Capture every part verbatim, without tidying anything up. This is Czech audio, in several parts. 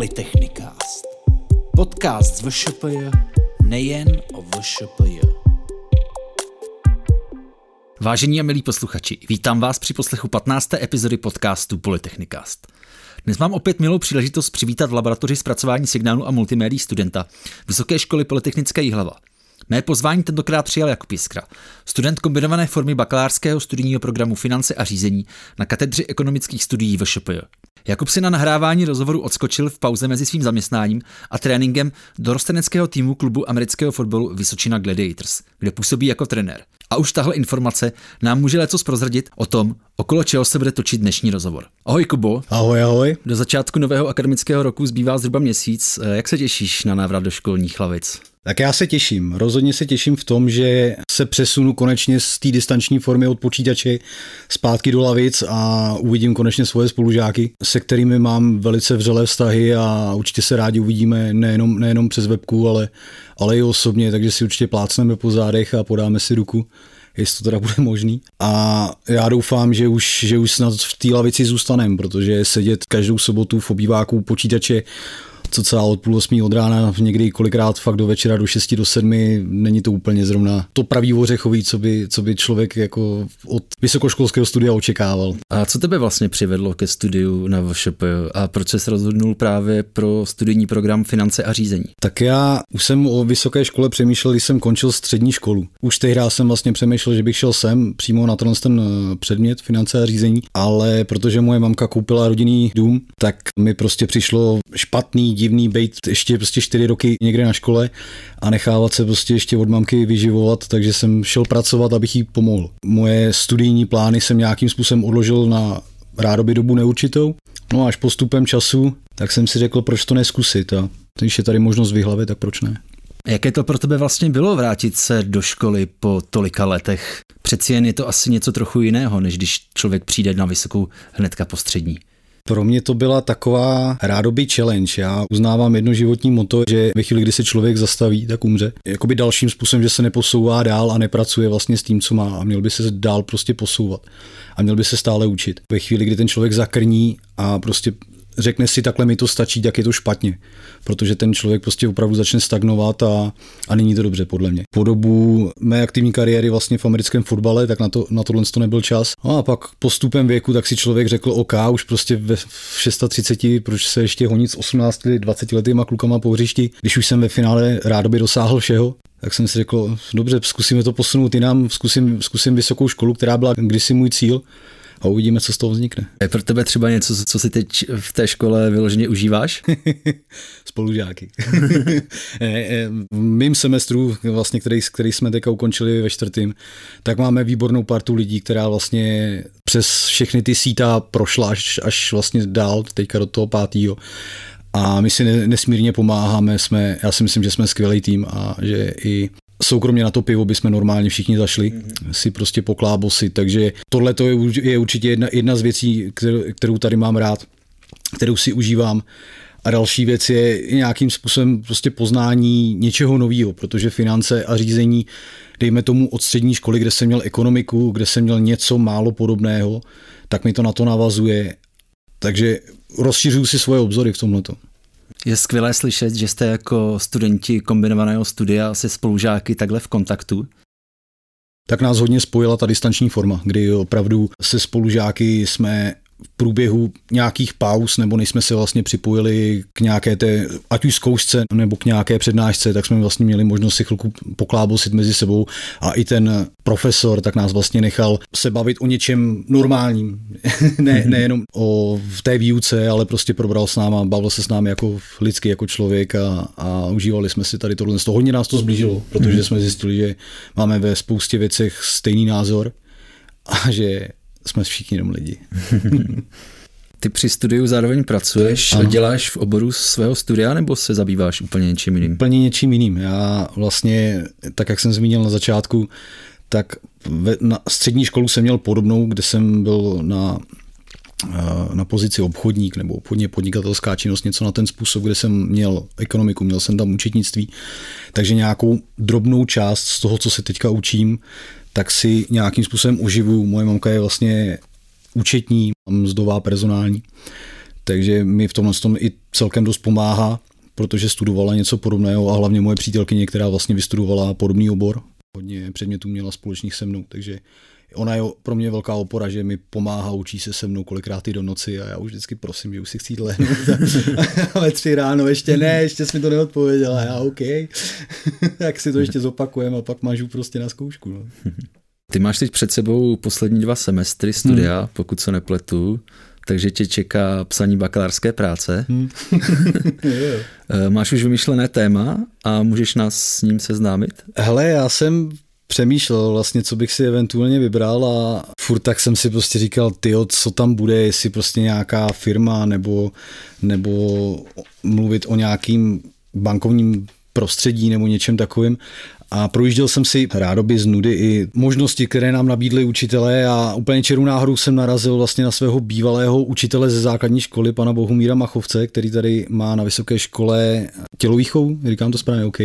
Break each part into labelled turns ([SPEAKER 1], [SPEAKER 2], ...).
[SPEAKER 1] Polytechnikast. Podcast z VŠPJ nejen o VŠPJ. Vážení a milí posluchači, vítám vás při poslechu patnácté epizody podcastu Polytechnikast. Dnes mám opět milou příležitost přivítat v laboratoři zpracování signálu a multimédií studenta Vysoké školy Polytechnické Jihlava. Mé pozvání tentokrát přijal Jakub Jiskra, student kombinované formy bakalářského studijního programu Finance a řízení na katedře ekonomických studií VŠPJ. Jakub si na nahrávání rozhovoru odskočil v pauze mezi svým zaměstnáním a tréninkem dorosteneckého týmu klubu amerického fotbalu Vysočina Gladiators, kde působí jako trenér. A už tahle informace nám může lecos prozradit o tom, okolo čeho se bude točit dnešní rozhovor. Ahoj Kubo.
[SPEAKER 2] Ahoj, ahoj.
[SPEAKER 1] Do začátku nového akademického roku zbývá zhruba měsíc. Jak se těšíš na návrat do školních lavic?
[SPEAKER 2] Tak já se těším. Rozhodně se těším v tom, že se přesunu konečně z té distanční formy od počítače zpátky do lavic a uvidím konečně svoje spolužáky, se kterými mám velice vřelé vztahy a určitě se rádi uvidíme nejenom, nejenom přes webku, ale, ale i osobně, takže si určitě plácneme po zádech a podáme si ruku, jestli to teda bude možný. A já doufám, že už, že už snad v té lavici zůstaneme, protože sedět každou sobotu v obýváku počítače co celá od půl osmí od rána, někdy kolikrát fakt do večera do šesti, do sedmi, není to úplně zrovna to pravý ořechový, co by, co by člověk jako od vysokoškolského studia očekával.
[SPEAKER 1] A co tebe vlastně přivedlo ke studiu na VŠPJ a proč se rozhodnul právě pro studijní program Finance a řízení?
[SPEAKER 2] Tak já už jsem o vysoké škole přemýšlel, když jsem končil střední školu. Už tehdy jsem vlastně přemýšlel, že bych šel sem přímo na ten předmět Finance a řízení, ale protože moje mamka koupila rodinný dům, tak mi prostě přišlo špatný, divný bejt ještě prostě čtyři roky někde na škole a nechávat se prostě ještě od mamky vyživovat, takže jsem šel pracovat, abych jí pomohl. Moje studijní plány jsem nějakým způsobem odložil na rádoby dobu neurčitou. No a až postupem času, tak jsem si řekl, proč to neskusit a když je tady možnost vyhlavit, tak proč ne.
[SPEAKER 1] Jaké to pro tebe vlastně bylo vrátit se do školy po tolika letech? Přeci jen je to asi něco trochu jiného, než když člověk přijde na vysokou hnedka po střední.
[SPEAKER 2] Pro mě to byla taková rádoby challenge. Já uznávám jedno životní motto, že ve chvíli, kdy se člověk zastaví, tak umře. Jakoby dalším způsobem, že se neposouvá dál a nepracuje vlastně s tím, co má a měl by se dál prostě posouvat a měl by se stále učit. Ve chvíli, kdy ten člověk zakrní a prostě řekne si, takhle mi to stačí, tak je to špatně, protože ten člověk prostě opravdu začne stagnovat a, a není to dobře podle mě. Po dobu mé aktivní kariéry vlastně v americkém fotbale, tak na, to, na tohle to nebyl čas. No a pak postupem věku, tak si člověk řekl, OK, už prostě ve třiceti šesti, proč se ještě honit s osmnácti, dvaceti letýma klukama po hřišti, když už jsem ve finále rádoby dosáhl všeho. Tak jsem si řekl, dobře, zkusíme to posunout jinam, zkusím, zkusím vysokou školu, která byla kdysi můj cíl. A uvidíme, co z toho vznikne.
[SPEAKER 1] Je pro tebe třeba něco, co si teď v té škole vyloženě užíváš?
[SPEAKER 2] Spolužáky. V mým semestru, vlastně, který, který jsme teďka ukončili ve čtvrtým, tak máme výbornou partu lidí, která vlastně přes všechny ty síta prošla až, až vlastně dál, teďka do toho pátýho. A my si nesmírně pomáháme, jsme, já si myslím, že jsme skvělý tým a že i soukromně na to pivo bychom normálně všichni zašli, mm-hmm. si prostě poklábosit, takže tohle je určitě jedna, jedna z věcí, kterou, kterou tady mám rád, kterou si užívám. A další věc je nějakým způsobem prostě poznání něčeho nového, protože finance a řízení, dejme tomu od střední školy, kde jsem měl ekonomiku, kde jsem měl něco málo podobného, tak mi to na to navazuje. Takže rozšiřuju si svoje obzory v tomhleto.
[SPEAKER 1] Je skvělé slyšet, že jste jako studenti kombinovaného studia se spolužáky takhle v kontaktu.
[SPEAKER 2] Tak nás hodně spojila ta distanční forma, kdy opravdu se spolužáky jsme v průběhu nějakých pauz, nebo než jsme se vlastně připojili k nějaké té, ať už zkoušce, nebo k nějaké přednášce, tak jsme vlastně měli možnost si chvilku poklábosit mezi sebou a i ten profesor tak nás vlastně nechal se bavit o něčem normálním. ne, nejenom o v té výuce, ale prostě probral s náma, bavil se s námi jako lidsky, jako člověk a, a užívali jsme si tady tohle. Hodně nás to zblížilo, protože jsme zjistili, že máme ve spoustě věcech stejný názor a že jsme všichni jenom lidi.
[SPEAKER 1] Ty při studiu zároveň pracuješ a děláš v oboru svého studia, nebo se zabýváš úplně něčím jiným?
[SPEAKER 2] Úplně něčím jiným. Já vlastně, tak jak jsem zmínil na začátku, tak ve, na střední školu jsem měl podobnou, kde jsem byl na, na pozici obchodník nebo obchodně podnikatelská činnost, něco na ten způsob, kde jsem měl ekonomiku, měl jsem tam účetnictví, takže nějakou drobnou část z toho, co se teďka učím, tak si nějakým způsobem uživuju. Moje mamka je vlastně účetní, mzdová, personální, takže mi v tomhle tom i celkem dost pomáhá, protože studovala něco podobného a hlavně moje přítelkyně, která vlastně vystudovala podobný obor. Hodně předmětů měla společných se mnou, takže ona je pro mě velká opora, že mi pomáhá, učí se se mnou kolikrát i do noci a já už vždycky prosím, že už si chci jít lehnout. Ale tři ráno ještě ne, ještě jsi mi to neodpověděla. Já OK, tak si to ještě zopakujeme a pak mážu prostě na zkoušku. No.
[SPEAKER 1] Ty máš teď před sebou poslední dva semestry studia, hmm. pokud se nepletu, takže tě čeká psaní bakalářské práce. Hmm. Máš už vymyšlené téma a můžeš nás s ním seznámit?
[SPEAKER 2] Hele, já jsem přemýšlel vlastně, co bych si eventuálně vybral a furt tak jsem si prostě říkal, tyjo, co tam bude, jestli prostě nějaká firma nebo, nebo mluvit o nějakým bankovním prostředí nebo něčem takovým. A projížděl jsem si rádoby z nudy i možnosti, které nám nabídli učitelé a úplně čirou náhodou jsem narazil vlastně na svého bývalého učitele ze základní školy, pana Bohumíra Machovce, který tady má na vysoké škole tělovýchovu, říkám to správně, OK.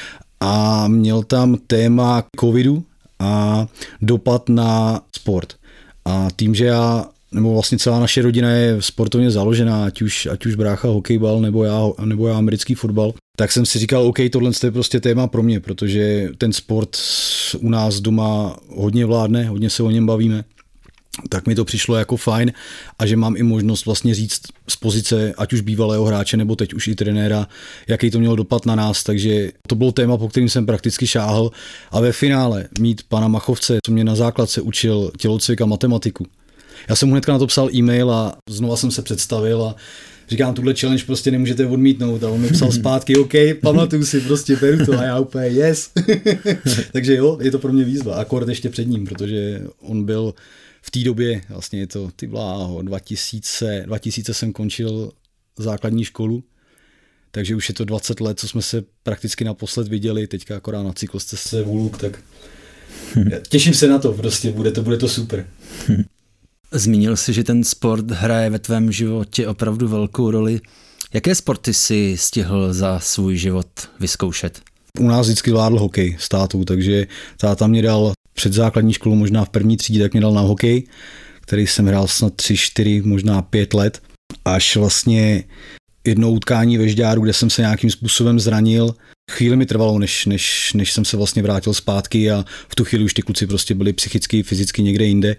[SPEAKER 2] A měl tam téma covidu a dopad na sport. A tím, že já, nebo vlastně celá naše rodina je sportovně založená, ať už, ať už brácha hokejbal, nebo já, nebo já americký fotbal, tak jsem si říkal, OK, tohle je prostě téma pro mě, protože ten sport u nás doma hodně vládne, hodně se o něm bavíme. Tak mi to přišlo jako fajn a že mám i možnost vlastně říct z pozice ať už bývalého hráče nebo teď už i trenéra, jaký to mělo dopad na nás, takže to bylo téma, po kterým jsem prakticky šáhl a ve finále mít pana Machovce, co mě na základce učil tělocvik a matematiku. Já jsem mu hnedka na to psal e-mail a znova jsem se představil a říkám, tuhle challenge prostě nemůžete odmítnout a on mi psal zpátky, OK, pamatuju si, prostě beru to a já úplně yes. Takže jo, je to pro mě výzva, akord ještě před ním, protože on byl v té době, vlastně je to, ty bláho, dva tisíce, dva tisíce jsem končil základní školu, takže už je to dvacet let, co jsme se prakticky naposled viděli, teďka akorát na cyklostezce Vuluk, tak těším se na to, prostě bude to, bude to super.
[SPEAKER 1] Zmínil jsi, že ten sport hraje ve tvém životě opravdu velkou roli. Jaké sporty jsi stihl za svůj život vyzkoušet?
[SPEAKER 2] U nás vždycky vládl hokej s tátou, takže táta mě dal před základní školou, možná v první třídě, tak mě dal na hokej, který jsem hrál snad tři, čtyři, možná pět let, až vlastně jedno utkání ve Žďáru, kde jsem se nějakým způsobem zranil. Chvíli mi trvalo, než, než, než jsem se vlastně vrátil zpátky a v tu chvíli už ty kluci prostě byli psychicky, fyzicky někde jinde.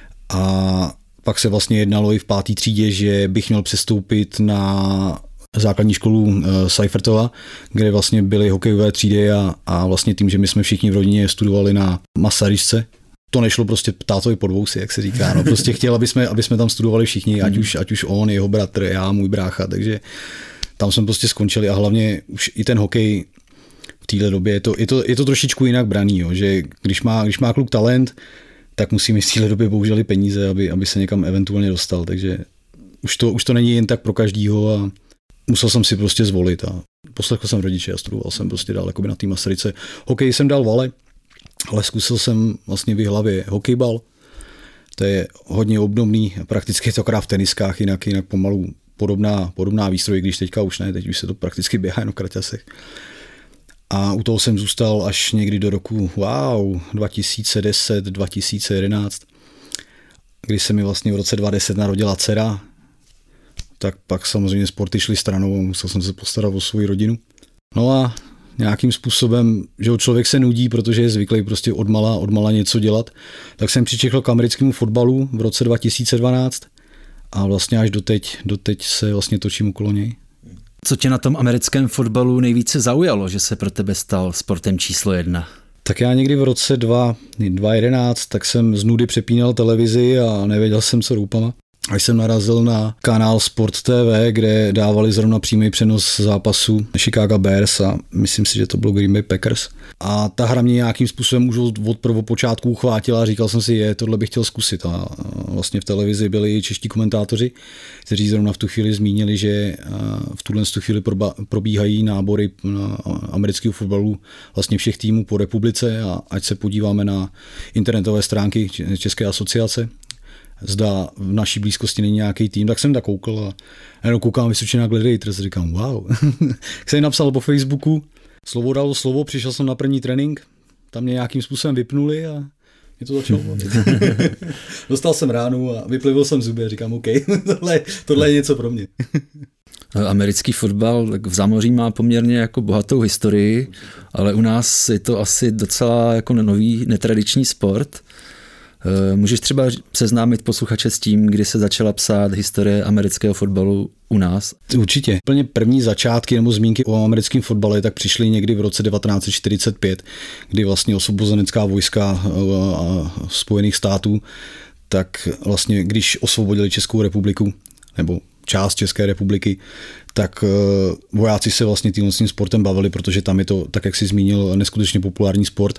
[SPEAKER 2] A pak se vlastně jednalo i v páté třídě, že bych měl přestoupit na základní školu uh, Seifertova, kde vlastně byly hokejové třídy a, a vlastně tím, že my jsme všichni v rodině studovali na Masaryčce, to nešlo prostě tátovi pod vousy, jak se říká. No, prostě chtěl, aby jsme, aby jsme tam studovali všichni, ať už, ať už on, jeho bratr, já, můj brácha, takže tam jsme prostě skončili a hlavně už i ten hokej v téhle době je to, je to, je to trošičku jinak braný, jo, že když má, když má kluk talent, tak musí mít v téhle době bohužel i peníze, aby, aby se někam eventuálně dostal, takže už to, už to není jen tak pro každýho a musel jsem si prostě zvolit a poslechl jsem rodiče a studoval jsem prostě dál jakoby na té Masaryce. Hokej jsem dal vale, ale zkusil jsem vlastně v hlavě hokejbal. To je hodně obdobný, prakticky je to akorát v teniskách, jinak, jinak pomalu podobná, podobná výstroj, když teďka už ne, teď už se to prakticky běhá jen o kraťasech. A u toho jsem zůstal až někdy do roku wow, dva tisíce deset, dva tisíce jedenáct, kdy se mi vlastně v roce dva tisíce deset narodila dcera, tak pak samozřejmě sporty šly stranou a musel jsem se postarat o svou rodinu. No a nějakým způsobem, že člověk se nudí, protože je zvyklý prostě odmala, odmala něco dělat, tak jsem přičekl k americkému fotbalu v roce dva tisíce dvanáct a vlastně až doteď, doteď se vlastně točím okolo něj.
[SPEAKER 1] Co tě na tom americkém fotbalu nejvíce zaujalo, že se pro tebe stal sportem číslo jedna?
[SPEAKER 2] Tak já někdy v roce dva tisíce jedenáct, tak jsem z nudy přepínal televizi a nevěděl jsem, co roupama. Až jsem narazil na kanál Sport T V, kde dávali zrovna přímý přenos zápasu Chicago Bears a myslím si, že to bylo Green Bay Packers. A ta hra mě nějakým způsobem už od prvopočátku uchvátila a říkal jsem si, je, tohle bych chtěl zkusit. A vlastně v televizi byli i čeští komentátoři, kteří zrovna v tu chvíli zmínili, že v tuhle chvíli probíhají nábory na amerického fotbalu vlastně všech týmů po republice a ať se podíváme na internetové stránky České asociace, zda v naší blízkosti není nějaký tým, tak jsem tak koukal a jenom koukám Vysočina Gladiators, říkám wow. Jsem napsal po Facebooku, slovo dalo slovo, přišel jsem na první trénink, tam mě nějakým způsobem vypnuli a mě to začalo bavit. Dostal jsem ránu a vyplivil jsem zuby a říkám, OK, tohle, tohle je něco pro mě.
[SPEAKER 1] Americký fotbal v zámoří má poměrně jako bohatou historii, ale u nás je to asi docela jako nový, netradiční sport. Můžeš třeba seznámit posluchače s tím, kdy se začala psát historie amerického fotbalu u nás?
[SPEAKER 2] Určitě. Plně první začátky nebo zmínky o americkém fotbale tak přišly někdy v roce devatenáct set čtyřicet pět, kdy vlastně osvobozenecká vojska Spojených států, tak vlastně když osvobodili Českou republiku, nebo část České republiky, tak vojáci se vlastně tímhle tím sportem bavili, protože tam je to, tak jak jsi zmínil, neskutečně populární sport.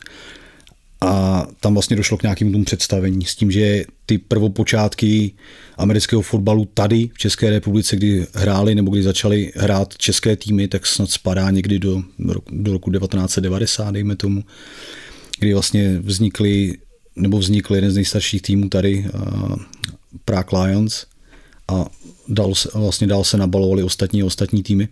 [SPEAKER 2] A tam vlastně došlo k nějakým tomu představení s tím, že ty prvopočátky amerického fotbalu tady v České republice, kdy hráli nebo kdy začali hrát české týmy, tak snad spadá někdy do, do roku devatenáct set devadesát, dejme tomu, kdy vlastně vznikly, nebo vznikl jeden z nejstarších týmů tady, uh, Prague Lions, a dal se, vlastně dál se nabalovali ostatní ostatní týmy.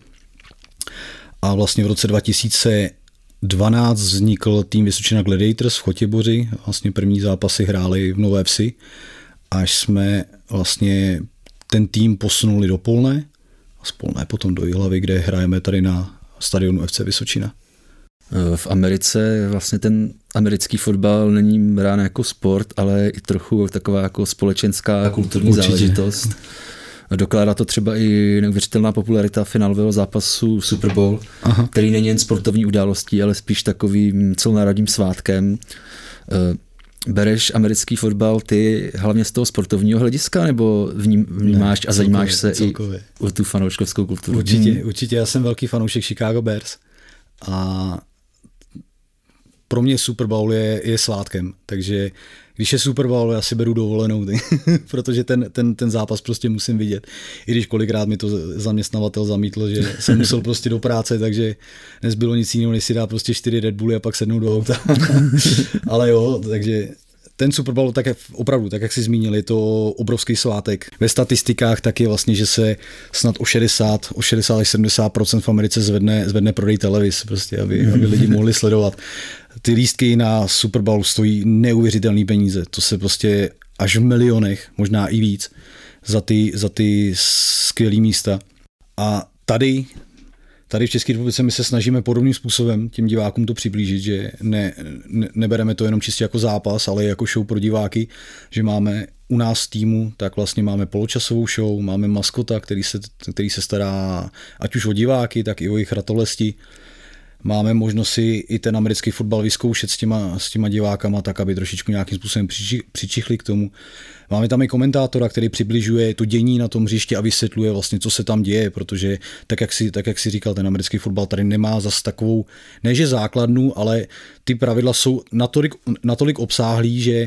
[SPEAKER 2] A vlastně v roce dva tisíce dvanáct vznikl tým Vysočina Gladiators v Chotěboři, vlastně první zápasy hráli v Nové Vsi, až jsme vlastně ten tým posunuli do Polné a z Polné potom do Jihlavy, kde hrajeme tady na stadionu F C Vysočina.
[SPEAKER 1] V Americe vlastně ten americký fotbal není brán jako sport, ale i trochu taková jako společenská kulturní Určitě. záležitost. Dokládá to třeba i neuvěřitelná popularita finálového zápasu Super Bowl, Aha. který není jen sportovní událostí, ale spíš takovým celonárodním svátkem. Bereš americký fotbal ty hlavně z toho sportovního hlediska, nebo vnímáš ne, a zajímáš celkově, se celkově. i o tu fanouškovskou kulturu?
[SPEAKER 2] Určitě, hmm. určitě. Já jsem velký fanoušek Chicago Bears a pro mě Super Bowl je, je svátkem, takže když je Super Bowl, já si beru dovolenou, protože ten, ten, ten zápas prostě musím vidět. I když kolikrát mi to zaměstnavatel zamítl, že jsem musel prostě do práce, takže nezbylo nic jiného, než si dát prostě čtyři Red Bully a pak sednout do auta. Ale jo, takže ten Super Bowl, tak opravdu, tak jak jsi zmínil, je to obrovský svátek. Ve statistikách tak je vlastně, že se snad o šedesát, o šedesát až sedmdesát procent v Americe zvedne, zvedne prodej televiz, prostě, aby, aby lidi mohli sledovat. Ty lístky na Super Bowl stojí neuvěřitelné peníze, to se prostě až v milionech, možná i víc, za ty, za ty skvělý místa. A tady, tady v České republice my se snažíme podobným způsobem těm divákům to přiblížit, že ne, ne, nebereme to jenom čistě jako zápas, ale jako show pro diváky, že máme u nás v týmu, tak vlastně máme poločasovou show, máme maskota, který se, který se stará ať už o diváky, tak i o jejich ratolesti. Máme možnost si i ten americký fotbal vyzkoušet s těma, s těma divákama, tak aby trošičku nějakým způsobem přiči, přičichli k tomu. Máme tam i komentátora, který přibližuje to dění na tom hřišti a vysvětluje vlastně, co se tam děje, protože tak jak si, tak jak si říkal, ten americký fotbal tady nemá zas takovou, ne že základnu, ale ty pravidla jsou natolik, natolik obsáhlý, že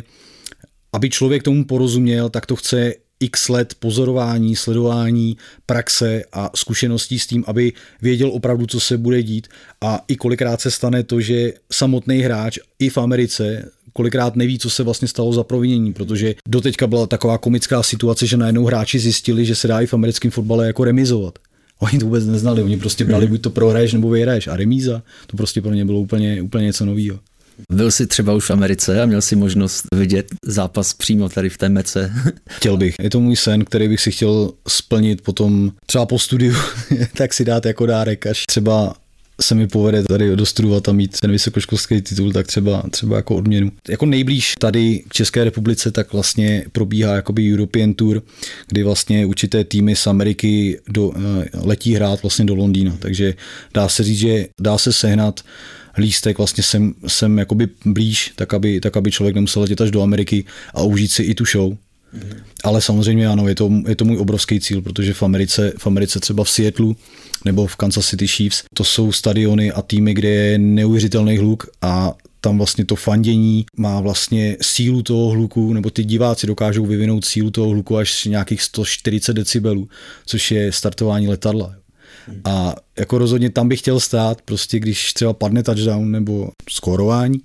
[SPEAKER 2] aby člověk tomu porozuměl, tak to chce x let pozorování, sledování, praxe a zkušeností s tím, aby věděl opravdu, co se bude dít. A i kolikrát se stane to, že samotný hráč i v Americe kolikrát neví, co se vlastně stalo za provinění, protože doteďka byla taková komická situace, že najednou hráči zjistili, že se dá i v americkém fotbale jako remizovat. Oni to vůbec neznali, oni prostě brali, buď to prohraješ nebo vyhraješ, a remíza, to prostě pro ně bylo úplně, úplně něco nového.
[SPEAKER 1] Byl jsi třeba už v Americe a měl si možnost vidět zápas přímo tady v té Mece?
[SPEAKER 2] Chtěl bych. Je to můj sen, který bych si chtěl splnit potom třeba po studiu, tak si dát jako dárek, až třeba se mi povede tady dostudovat a mít ten vysokoškolský titul, tak třeba, třeba jako odměnu. Jako nejblíž tady v České republice tak vlastně probíhá jakoby European Tour, kdy vlastně určité týmy z Ameriky do, letí hrát vlastně do Londýna, takže dá se říct, že dá se sehnat lístek vlastně sem, sem jakoby blíž, tak aby, tak aby člověk nemusel letět až do Ameriky a užít si i tu show. Mm. Ale samozřejmě ano, je to, je to můj obrovský cíl, protože v Americe, v Americe třeba v Seattlu nebo v Kansas City Chiefs, to jsou stadiony a týmy, kde je neuvěřitelný hluk a tam vlastně to fandění má vlastně sílu toho hluku, nebo ty diváci dokážou vyvinout sílu toho hluku až nějakých sto čtyřicet decibelů, což je startování letadla. A jako rozhodně tam bych chtěl stát, prostě když třeba padne touchdown nebo skórování,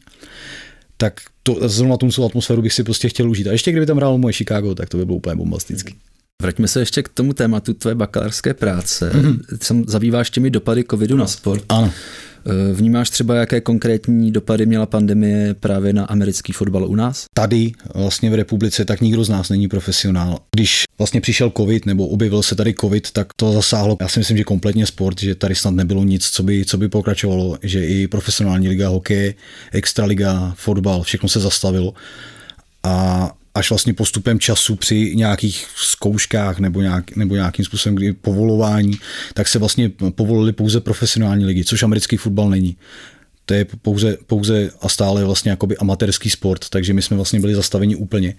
[SPEAKER 2] tak to, zrovna tu atmosféru bych si prostě chtěl užít. A ještě kdyby tam hrálo moje Chicago, tak to by bylo úplně bombastický.
[SPEAKER 1] Vraťme se ještě k tomu tématu tvé bakalářské práce. Mm-hmm. Zabýváš těmi dopady covidu na sport.
[SPEAKER 2] Ano.
[SPEAKER 1] Vnímáš třeba, jaké konkrétní dopady měla pandemie právě na americký fotbal u nás?
[SPEAKER 2] Tady vlastně v republice tak nikdo z nás není profesionál. Když vlastně přišel covid nebo objevil se tady covid, tak to zasáhlo, já si myslím, že kompletně sport, že tady snad nebylo nic, co by, co by pokračovalo, že i profesionální liga, hokej, extraliga, fotbal, všechno se zastavilo. A až vlastně postupem času při nějakých zkouškách nebo, nějak, nebo nějakým způsobem kdy povolování, tak se vlastně povolili pouze profesionální ligy, což americký fotbal není. To je pouze, pouze a stále vlastně jakoby amatérský sport, takže my jsme vlastně byli zastaveni úplně.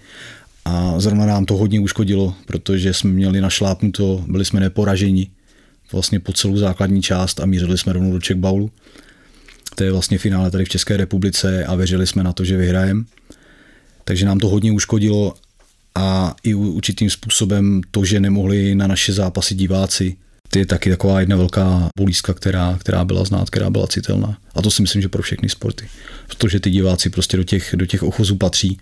[SPEAKER 2] A zrovna nám to hodně uškodilo, protože jsme měli našlápnuto, byli jsme neporaženi vlastně po celou základní část a mířili jsme rovnou do Czech Bowlu. To je vlastně finále tady v České republice a věřili jsme na to, že vyhrajeme. Takže nám to hodně uškodilo a i určitým způsobem to, že nemohli na naše zápasy diváci. To je taky taková jedna velká bolístka, která, která byla znát, která byla citelná. A to si myslím, že pro všechny sporty. Protože ty diváci prostě do těch, do těch ochozů patří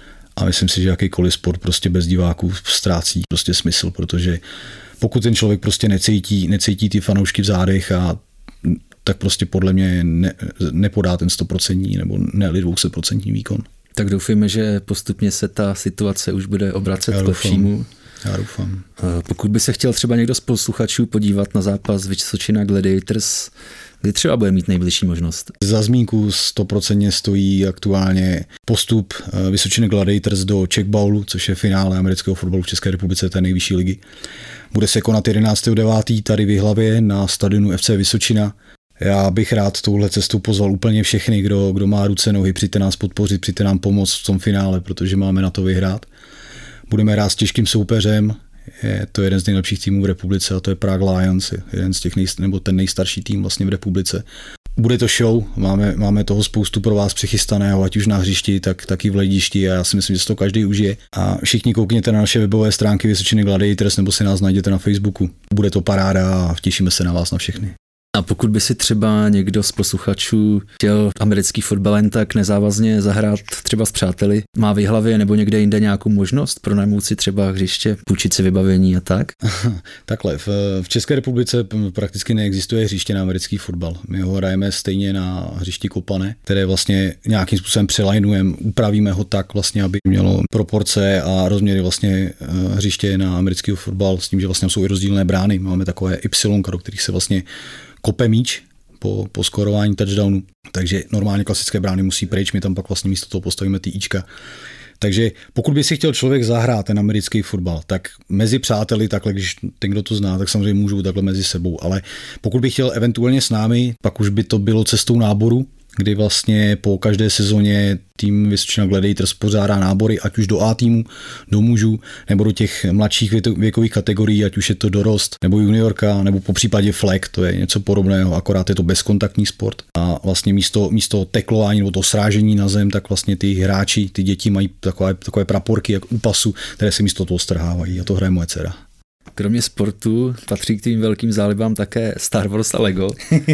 [SPEAKER 2] a myslím si, že jakýkoliv sport prostě bez diváků ztrácí prostě smysl, protože pokud ten člověk prostě necítí, necítí ty fanoušky v zádech a tak prostě podle mě ne, nepodá ten sto procent nebo ne dvě stě procent výkon.
[SPEAKER 1] Tak doufujeme, že postupně se ta situace už bude obracet k lepšímu.
[SPEAKER 2] Já doufám.
[SPEAKER 1] Pokud by se chtěl třeba někdo z posluchačů podívat na zápas Vysočina Gladiators, kdy třeba bude mít nejbližší možnost?
[SPEAKER 2] Za zmínku sto procent stojí aktuálně postup Vysočina Gladiators do Czech Bowlu, což je finále amerického fotbalu v České republice, té nejvyšší ligy. Bude se konat jedenáctého devátého tady v Jihlavě na stadionu F C Vysočina. Já bych rád touhle cestou pozval úplně všechny, kdo, kdo má ruce, nohy, přijďte nás podpořit, přijďte nám pomoct v tom finále, protože máme na to vyhrát. Budeme hrát s těžkým soupeřem, je to jeden z nejlepších týmů v republice a to je Prague Lions, jeden z těch nej, nebo ten nejstarší tým vlastně v republice. Bude to show, máme, máme toho spoustu pro vás přichystaného, ať už na hřišti, tak, tak i v hledišti a já si myslím, že se to každý užije. A všichni koukněte na naše webové stránky Vysočiny Gladiators nebo si nás najděte na Facebooku. Bude to paráda a těšíme se na vás na všechny.
[SPEAKER 1] A pokud by si třeba někdo z posluchačů chtěl americký fotbal jen tak nezávazně zahrát třeba s přáteli, má v Jihlavě nebo někde jinde nějakou možnost pronajmout si třeba hřiště, půjčit si vybavení a tak?
[SPEAKER 2] Takhle, v, v České republice prakticky neexistuje hřiště na americký fotbal. My ho hrajeme stejně na hřišti Kopane, které vlastně nějakým způsobem přelajnujeme, upravíme ho tak vlastně, aby mělo proporce a rozměry vlastně hřiště na americký fotbal s tím, že vlastně jsou i rozdílné brány. Máme takové Y, do kterých se vlastně kope míč po, po skorování touchdownu, takže normálně klasické brány musí pryč, my tam pak vlastně místo toho postavíme ty ička. Takže pokud by si chtěl člověk zahrát ten americký fotbal, tak mezi přáteli, takhle, když ten, kdo to zná, tak samozřejmě můžou takhle mezi sebou, ale pokud by chtěl eventuálně s námi, pak už by to bylo cestou náboru, kdy vlastně po každé sezóně tým Vysočina Gladiators pořádá nábory, ať už do A týmu, do mužů, nebo do těch mladších věkových kategorií, ať už je to dorost, nebo juniorka, nebo po případě flag, to je něco podobného, akorát je to bezkontaktní sport. A vlastně místo, místo teklování nebo to srážení na zem, tak vlastně ty hráči, ty děti mají takové, takové praporky jak u pasu, které se místo toho strhávají a to hraje moje dcera.
[SPEAKER 1] Kromě sportu patří k tým velkým zálibám také Star Wars a Lego.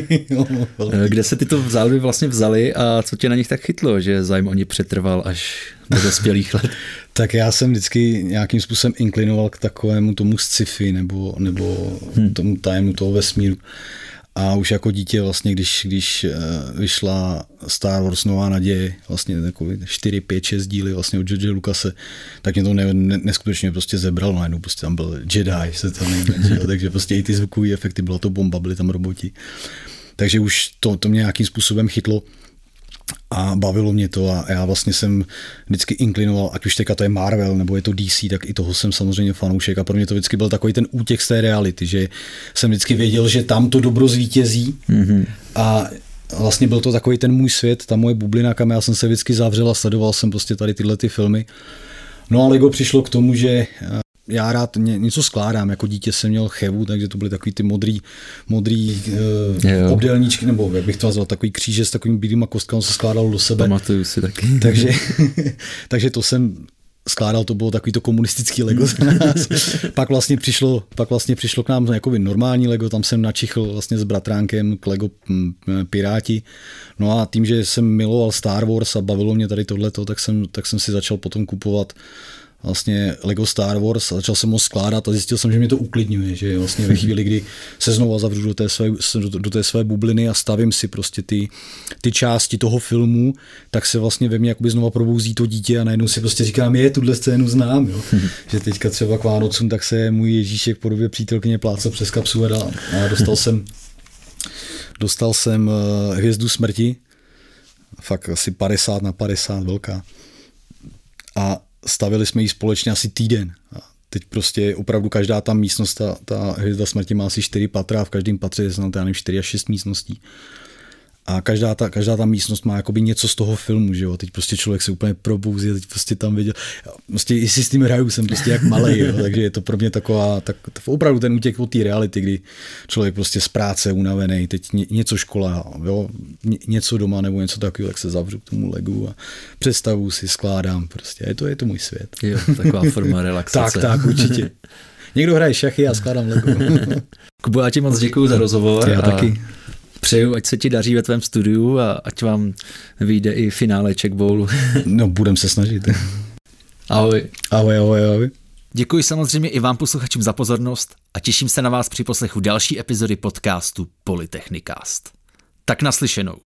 [SPEAKER 1] Kde se tyto záliby vlastně vzaly a co tě na nich tak chytlo, že zájem o ně přetrval až do dospělých let?
[SPEAKER 2] Tak já jsem vždycky nějakým způsobem inklinoval k takovému tomu sci-fi nebo, nebo hmm. tomu tajemnu toho vesmíru. A už jako dítě vlastně, když, když vyšla Star Wars Nová naděje, vlastně takový čtyři, pět, šest díly vlastně od George Lucase, tak mě to ne, ne, neskutečně prostě zebralo, najednou prostě tam byl Jedi, se tam nejde, takže prostě i ty zvukové efekty, byla to bomba, byli tam roboti. Takže už to, to mě nějakým způsobem chytlo a bavilo mě to a já vlastně jsem vždycky inklinoval, ať už teďka to je Marvel nebo je to D C, tak i toho jsem samozřejmě fanoušek a pro mě to vždycky byl takový ten útěk z té reality, že jsem vždycky věděl, že tam to dobro zvítězí mm-hmm. a vlastně byl to takový ten můj svět, ta moje bublina, kam já jsem se vždycky zavřel a sledoval jsem prostě tady tyhle ty filmy. No a Lego přišlo k tomu, že já rád něco skládám, jako dítě jsem měl chevu, takže to byly takový ty modrý, modrý uh, obdélníčky, nebo jak bych to nazval, takový kříže s takovým bílýma kostkami se skládalo do sebe.
[SPEAKER 1] Pamatuju si taky.
[SPEAKER 2] takže, takže to jsem skládal, to bylo takový to komunistický Lego za nás. pak, vlastně přišlo, pak vlastně přišlo k nám jakoby normální Lego, tam jsem načichl vlastně s bratránkem k Lego Piráti. No a tím, že jsem miloval Star Wars a bavilo mě tady tohleto, tak jsem, tak jsem si začal potom kupovat vlastně Lego Star Wars a začal jsem ho skládat a zjistil jsem, že mě to uklidňuje, že vlastně ve chvíli, kdy se znovu zavřu do té své, do, do té své bubliny a stavím si prostě ty, ty části toho filmu, tak se vlastně ve mně jakoby znova probouzí to dítě a najednou si prostě říkám, je, tuhle scénu znám, jo. Že teďka třeba k Vánocům, tak se můj Ježíšek v podobě přítelkyně plácal přes kapsu a dál. A dostal jsem, dostal jsem Hvězdu smrti, fakt asi padesát na padesát velká. A stavili jsme ji společně asi týden. A teď prostě opravdu každá ta místnost, ta, ta Hvězda smrti má asi čtyři patra a v každém patře je znamená, nevím, čtyři až šest místností. A každá ta, každá ta místnost má jakoby něco z toho filmu, že jo. Teď prostě člověk se úplně probouzí a teď prostě tam viděl. Prostě i si s tím hraju, jsem prostě jak malej, jo. Takže je to pro mě taková, tak, opravdu ten útěk od té reality, kdy člověk prostě z práce unavený, teď ně, něco škola, jo, ně, něco doma nebo něco takového, tak se zavřu k tomu Legu a představu si, skládám prostě. Je to, je to můj svět.
[SPEAKER 1] Jo, taková forma relaxace.
[SPEAKER 2] tak, tak, určitě. Někdo hraje šachy a skládám Lego.
[SPEAKER 1] Kubo, já ti moc děkuju za rozhovor.
[SPEAKER 2] Já taky.
[SPEAKER 1] Přeju, ať se ti daří ve tvém studiu a ať vám vyjde i finále Czech Bowlu.
[SPEAKER 2] No, budem se snažit.
[SPEAKER 1] Ahoj.
[SPEAKER 2] Ahoj, ahoj, ahoj.
[SPEAKER 1] Děkuji samozřejmě i vám posluchačům za pozornost a těším se na vás při poslechu další epizody podcastu Polytechnicast. Tak naslyšenou.